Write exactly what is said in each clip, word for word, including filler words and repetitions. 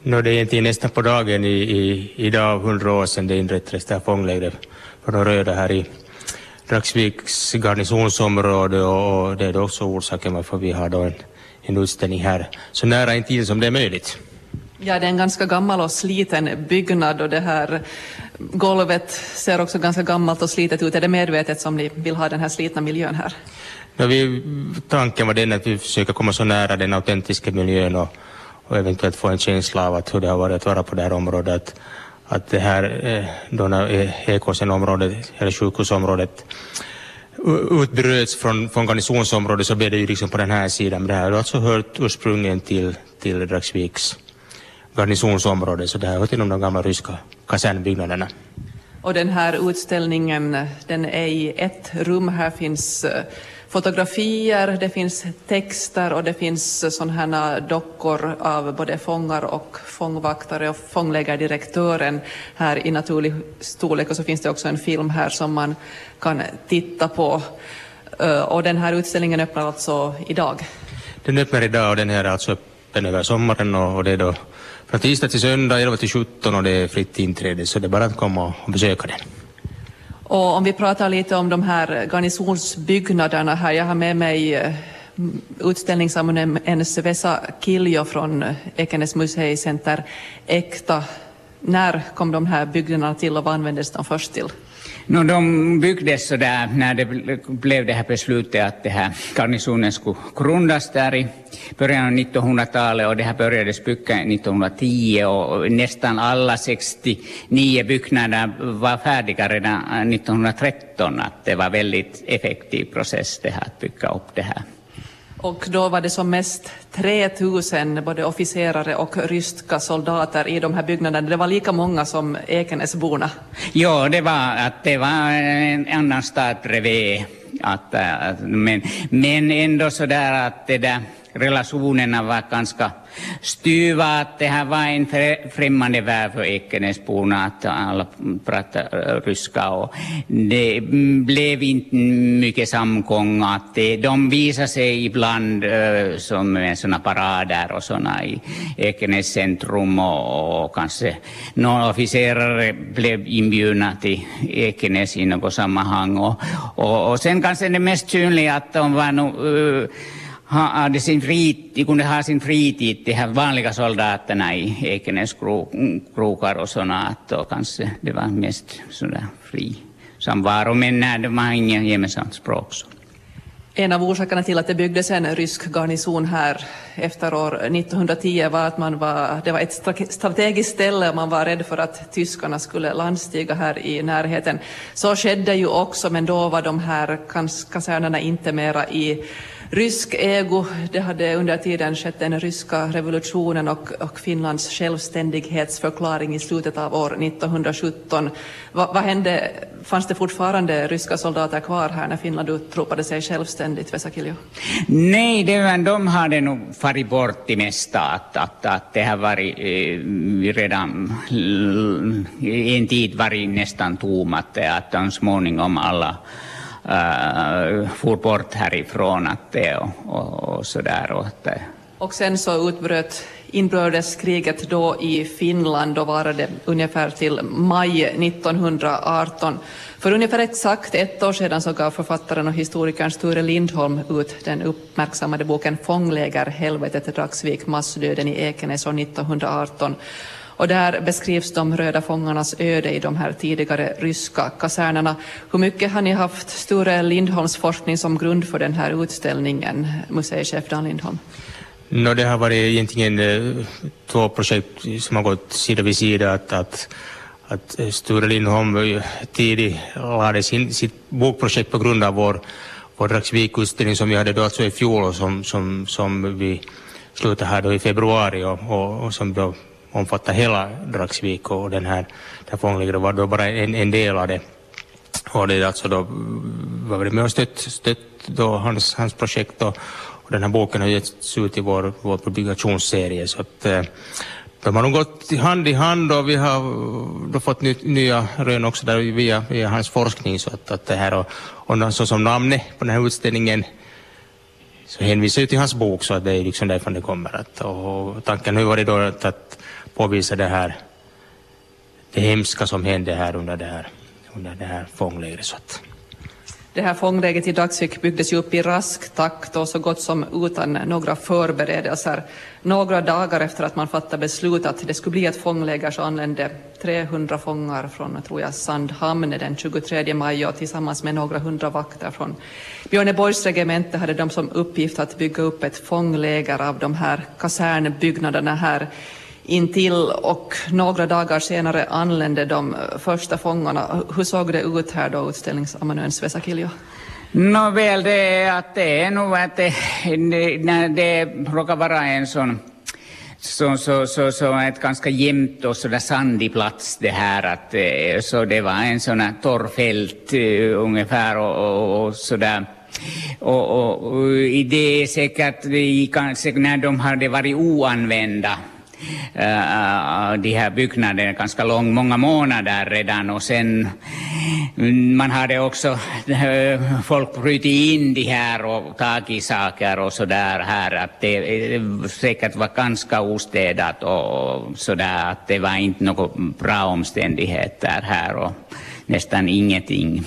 No, det är egentligen nästan på dagen i, i, idag, hundra år sedan det inrättades det här fånglägret för de röda här i Dragsviks garnisonsområde, och, och det är då också orsaken varför vi har då en, en utställning här så nära in tid som det är möjligt. Ja, det är en ganska gammal och sliten byggnad, och det här golvet ser också ganska gammalt och slitet ut. Är det medvetet som ni vill ha den här slitna miljön här? Ja, vi, tanken var den att vi försöker komma så nära den autentiska miljön och, och eventuellt få en känsla av att hur det har varit att vara på det här området. Att, att det här, då när Ekåsen-området, eller sjukhusområdet, utbröts från, från garnisonsområdet, så blev det ju liksom på den här sidan. Men det här har alltså hört ursprungligen till, till Dragsviks garnisonsområde, så det här hör till de gamla ryska kasernbyggnaderna. Och den här utställningen, den är i ett rum. Här finns fotografier, det finns texter och det finns sådana här dockor av både fångar och fångvaktare och fånglägerdirektören här i naturlig storlek. Och så finns det också en film här som man kan titta på. Och den här utställningen öppnar alltså idag? Den öppnar idag, och den här är alltså öppen över sommaren, och, och det är då från tisdag till söndag elva till sjutton, och det är fritt inträde, så det är bara att komma och besöka den. Och om vi pratar lite om de här garnisonsbyggnaderna här. Jag har med mig utställningsamanuense Vesa Kiljo från Ekenäs museicenter Ekta. När kom de här byggnaderna till och vad användes de först till? No, de byggdes så där när det blev det här beslutet att det här garnisonen skulle grundas där i början av nittonhundratalet, och det här börjades bygga nittonhundratio, och nästan alla sextionio byggnader var färdiga redan nittonhundratretton. Att det var väldigt effektiv process det här att bygga upp det här. Och då var det som mest tre tusen både officerare och ryska soldater i de här byggnaderna. Det var lika många som Ekenäsborna. Ja, det var att det var en annan stad bredvid. Att, att, men, men ändå så där att det där relationerna var ganska styva, att det här var en främmande värld för Ekenäsborna, att alla pratade ryska, och det blev inte mycket samgång. Att det, de visade sig ibland uh, som såna parader och såna i Ekenäs centrum, och, och kanske några officerare blev inbjudna till Ekenäs i något sammanhang, och, och, och sen kanske det mest synliga att de var nog uh, hade sin fritid, de kunde ha sin fritid, de här vanliga soldaterna i Ekenäs krokar och sådana, och kanske det var mest sådär fri samvaro, men nej, det var ingen gemensamt språk. Så. En av orsakerna till att det byggdes en rysk garnison här efter år nittonhundratio var att man var, det var ett strategiskt ställe och man var rädd för att tyskarna skulle landstiga här i närheten. Så skedde ju också, men då var de här kasernerna inte mera i rysk ägo. Det hade under tiden skett den ryska revolutionen och, och Finlands självständighetsförklaring i slutet av år nittonhundrasjutton. Va, vad hände? Fanns det fortfarande ryska soldater kvar här när Finland utropade sig självständigt, Vesa Kiljo? Nej, det var, de hade nog farit bort i mesta. Att, att, att det har varit eh, redan en tid varit nästan tom, att, att de småningom alla Uh, for bort härifrån att det och, och, och sådär. Och, att, och sen så utbröt inbördeskriget då i Finland, då var det ungefär till maj nittonhundraarton. För ungefär exakt ett år sedan så gav författaren och historikern Sture Lindholm ut den uppmärksammade boken Fångläger, helvetet, Dragsvik, massdöden i Ekenäs år nittonhundraarton. Och där beskrivs de röda fångarnas öde i de här tidigare ryska kasernerna. Hur mycket har ni haft Sture Lindholms forskning som grund för den här utställningen, museichef Dan Lindholm? No, det har varit egentligen eh, två projekt som har gått sida vid sida. Att, att, att Sture Lindholm tidigt lade sin, sitt bokprojekt på grund av vår, vår Dragsvik-utställning som vi hade då alltså i fjol, och som, som, som vi slutade här då i februari, och, och, och som då omfattar hela Dragsvik, och den här där fånglägret var då bara en, en del av det. Och det är alltså då var det med och stött, stött då hans, hans projekt, och, och den här boken har getts ut i vår, vår publikationsserie, så att eh, de har nog gått hand i hand, och vi har då fått ny, nya rön också där via, via hans forskning, så att, att det här och, och så som namnet på den här utställningen så hänvisar ju till hans bok, så att det är liksom därifrån det kommer. Att, och tanken har varit då att, att påvisa det här, det hemska som hände här under det här, under det här fånglägret. Så att. Det här fånglägret i Dagsvik byggdes ju upp i rask takt och så gott som utan några förberedelser. Några dagar efter att man fattade beslut att det skulle bli ett fångläger så anlände trehundra fångar från, tror jag, Sandhamn den tjugotredje maj och tillsammans med några hundra vakter från Björneborgs regemente hade de som uppgift att bygga upp ett fångläger av de här kasernbyggnaderna här intill, och några dagar senare anlände de första fångarna. Hur såg det ut här då, utställningsamanuens Vesa Kiljo? Nåväl, det är att det är nog att det, när det råkar vara en sån så, så, så, så ett ganska jämnt och sådär sandig plats det här, att så det var en sån här torrfält uh, ungefär och, och, och sådär. Och, och, och det är säkert i, kanske när de hade varit oanvända Uh, de här byggnaderna ganska lång, många månader redan, och sen man hade också uh, folk brutit in de här och tagit saker och sådär här, att det uh, säkert var ganska ostädat och sådär, att det var inte något bra omständigheter här och nästan ingenting,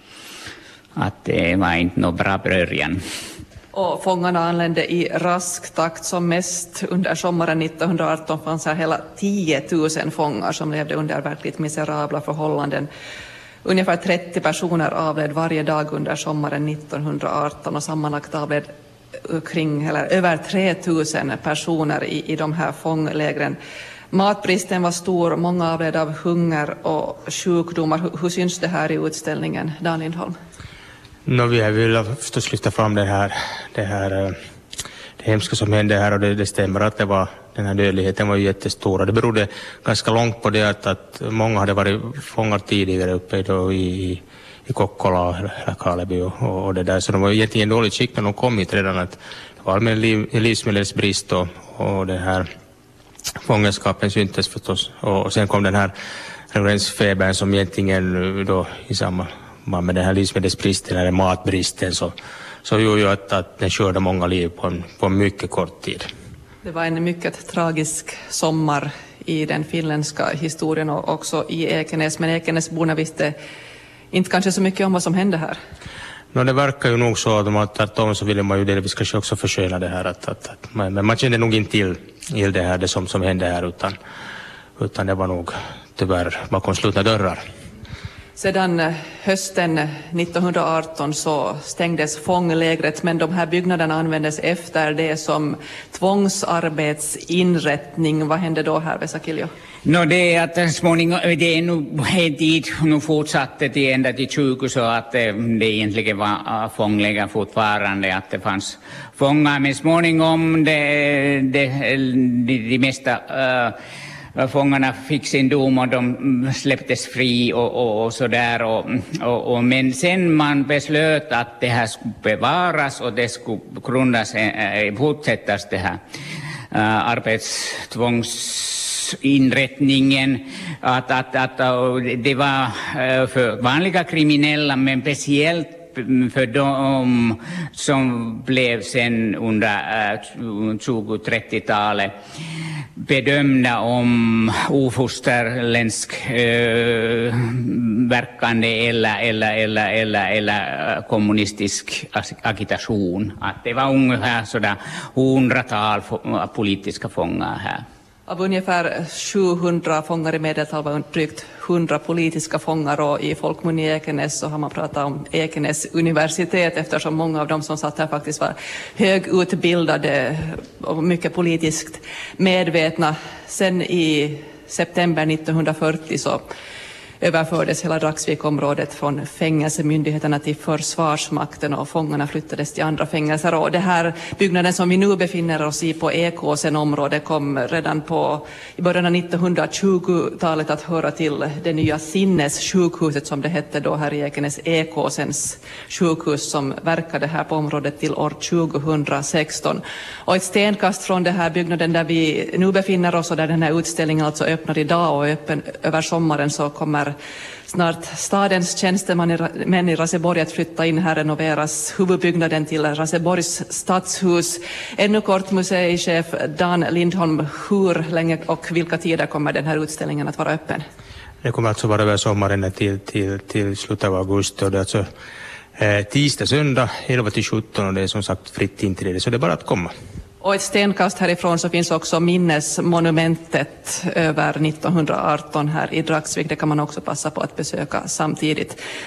att det var inte något bra början. Och fångarna anlände i rask takt. Som mest under sommaren nittonhundraarton fanns här hela tio tusen fångar som levde under verkligt miserabla förhållanden. Ungefär trettio personer avled varje dag under sommaren nittonhundraarton och sammanlagt avled kring, eller över tre tusen personer i, i de här fånglägren. Matbristen var stor, många avled av hunger och sjukdomar. Hur, hur syns det här i utställningen, Dan Lindholm? No, vi vill förstås lyfta fram det här, det här det hemska som hände här, och det, det stämmer att det var, den här dödligheten var jättestor. Det berodde ganska långt på det att, att många hade varit fångar tidigare uppe då i, i Kokkola eller Karleby och, och, och det där, så de var egentligen dåligt skick när de kom hit redan. Att det var allmän liv, livsmedelsbrist och, och den här fångenskapen syntes förstås, och, och sen kom den här regeringsfebern som egentligen då i samma med den här livsmedelsbristen eller matbristen så, så gjorde ju att, att den körde många liv på en, på en mycket kort tid. Det var en mycket tragisk sommar i den finländska historien och också i Ekenäs, men Ekenäsborna visste inte kanske så mycket om vad som hände här. No, det verkar ju nog så att de har tagit om, så ville man ju delvis kanske också försköna det här, att, att, att, men man kände nog inte till, till det här, det som, som hände här, utan, utan det var nog tyvärr bakom slutna dörrar. Sedan hösten nittonhundraarton så stängdes fånglägret, men de här byggnaderna användes efter det som tvångsarbetsinrättning. Vad hände då här, Vesa Kiljo? No, det är att småningom, det är nog en tid nu fortsatte till ända till tjugo, så att det, det egentligen var fångläger fortfarande, att det fanns fångar, men småningom det, det, det, det mesta uh, fångarna fick sin dom och de släpptes fri och, och, och sådär. Och, och, och, men sen man beslöt att det här skulle bevaras och det skulle grundas, äh, fortsättas det här äh, arbetstvångsinrättningen. Att, att, att, det var äh, för vanliga kriminella, men speciellt för de som blev sen under äh, tjugo-trettiotalet bedömda om ofosterländsk äh, verkande eller, eller, eller, eller, eller kommunistisk agitation. Att det var ungefär sådär hundratal politiska fångar här. Av ungefär sjuhundra fångar i medeltal var drygt hundra politiska fångar, och i folkmun i Ekenäs så har man pratat om Ekenäs universitet, eftersom många av dem som satt här faktiskt var högutbildade och mycket politiskt medvetna. Sen i september nittonhundrafyrtio så överfördes hela Dragsvikområdet från fängelsemyndigheterna till försvarsmakten och fångarna flyttades till andra fängelser. Och det här byggnaden som vi nu befinner oss i på Ekåsen område kom redan på i början av nittonhundratjugotalet att höra till det nya sinnessjukhuset som det hette då här i Ekenäs, Ekåsens sjukhus, som verkade här på området till år tjugohundrasexton. Och ett stenkast från det här byggnaden där vi nu befinner oss och där den här utställningen alltså öppnar idag och är öppen över sommaren, så kommer kommer snart stadens tjänstemän i Raseborg att flytta in här, renoveras huvudbyggnaden till Raseborgs stadshus. Ännu kort, museichef Dan Lindholm, hur länge och vilka tider kommer den här utställningen att vara öppen? Det kommer alltså vara över sommaren till, till, till slutet av augusti, och det är alltså eh, tisdag, söndag, elva till sjutton, och det är som sagt fritt inträde, så det är bara att komma. Och ett stenkast härifrån så finns också minnesmonumentet över nittonhundraarton här i Dragsvik. Det kan man också passa på att besöka samtidigt.